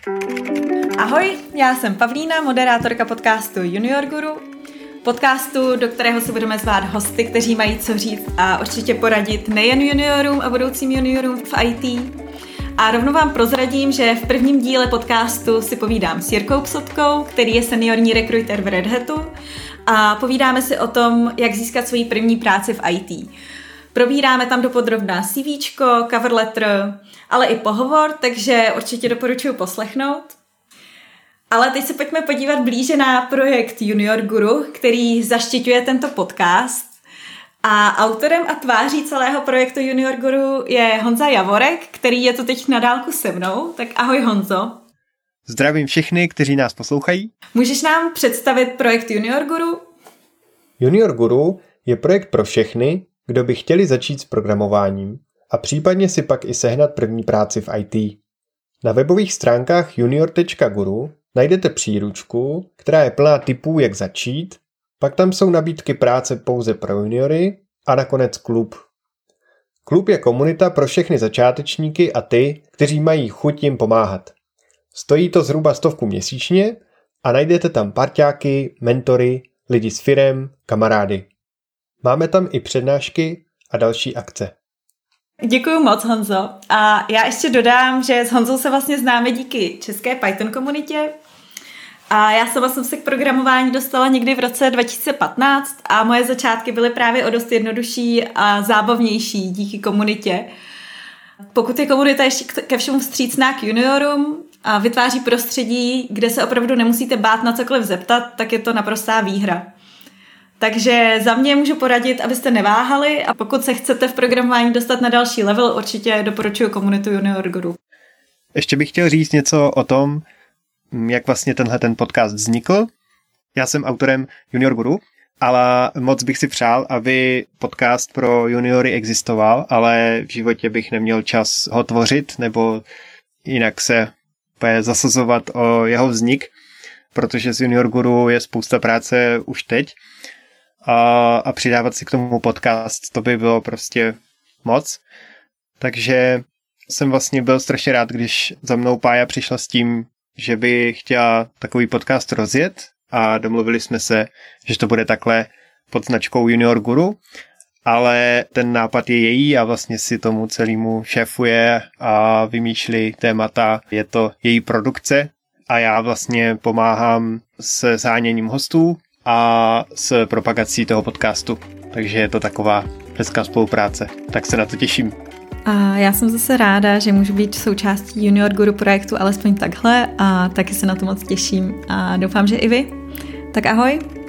Ahoj, já jsem Pavlína, moderátorka podcastu Junior Guru. Podcastu, do kterého si budeme zvát hosty, kteří mají co říct a určitě poradit nejen juniorům a budoucím juniorům v IT. A rovnou vám prozradím, že v prvním díle podcastu si povídám s Jirkou Psotkou, který je seniorní rekruter v Red Hatu, a povídáme si o tom, jak získat svoji první práci v IT. Probíráme tam dopodrobná CVčko, cover letter, ale i pohovor, takže určitě doporučuji poslechnout. Ale teď se pojďme podívat blíže na projekt Junior Guru, který zaštiťuje tento podcast. A autorem a tváří celého projektu Junior Guru je Honza Javorek, který je tu teď na dálku se mnou. Tak ahoj Honzo. Zdravím všechny, kteří nás poslouchají. Můžeš nám představit projekt Junior Guru? Junior Guru je projekt pro všechny, kdo by chtěli začít s programováním a případně si pak i sehnat první práci v IT. Na webových stránkách junior.guru najdete příručku, která je plná tipů, jak začít, pak tam jsou nabídky práce pouze pro juniory a nakonec klub. Klub je komunita pro všechny začátečníky a ty, kteří mají chuť jim pomáhat. Stojí to zhruba 100 měsíčně a najdete tam parťáky, mentory, lidi z firem, kamarády. Máme tam i přednášky a další akce. Děkuju moc, Honzo. A já ještě dodám, že s Honzou se vlastně známe díky české Python komunitě. A já sama jsem se k programování dostala někdy v roce 2015 a moje začátky byly právě o dost jednodušší a zábavnější díky komunitě. Pokud je komunita ještě ke všemu vstřícná k juniorům a vytváří prostředí, kde se opravdu nemusíte bát na cokoliv zeptat, tak je to naprostá výhra. Takže za mě můžu poradit, abyste neváhali, a pokud se chcete v programování dostat na další level, určitě doporučuji komunitu Junior Guru. Ještě bych chtěl říct něco o tom, jak vlastně ten podcast vznikl. Já jsem autorem Junior Guru, ale moc bych si přál, aby podcast pro juniory existoval, ale v životě bych neměl čas ho tvořit nebo jinak se zasazovat o jeho vznik, protože z Junior Guru je spousta práce už teď a přidávat si k tomu podcast, to by bylo prostě moc. Takže jsem vlastně byl strašně rád, když za mnou Pája přišla s tím, že by chtěla takový podcast rozjet, a domluvili jsme se, že to bude takhle pod značkou Junior Guru, ale ten nápad je její a vlastně si tomu celému šéfuje a vymýšlí témata. Je to její produkce a já vlastně pomáhám se záněním hostů a s propagací toho podcastu. Takže je to taková hezká spolupráce. Tak se na to těším. A já jsem zase ráda, že můžu být součástí Junior Guru projektu alespoň takhle, a taky se na to moc těším a doufám, že i vy. Tak ahoj.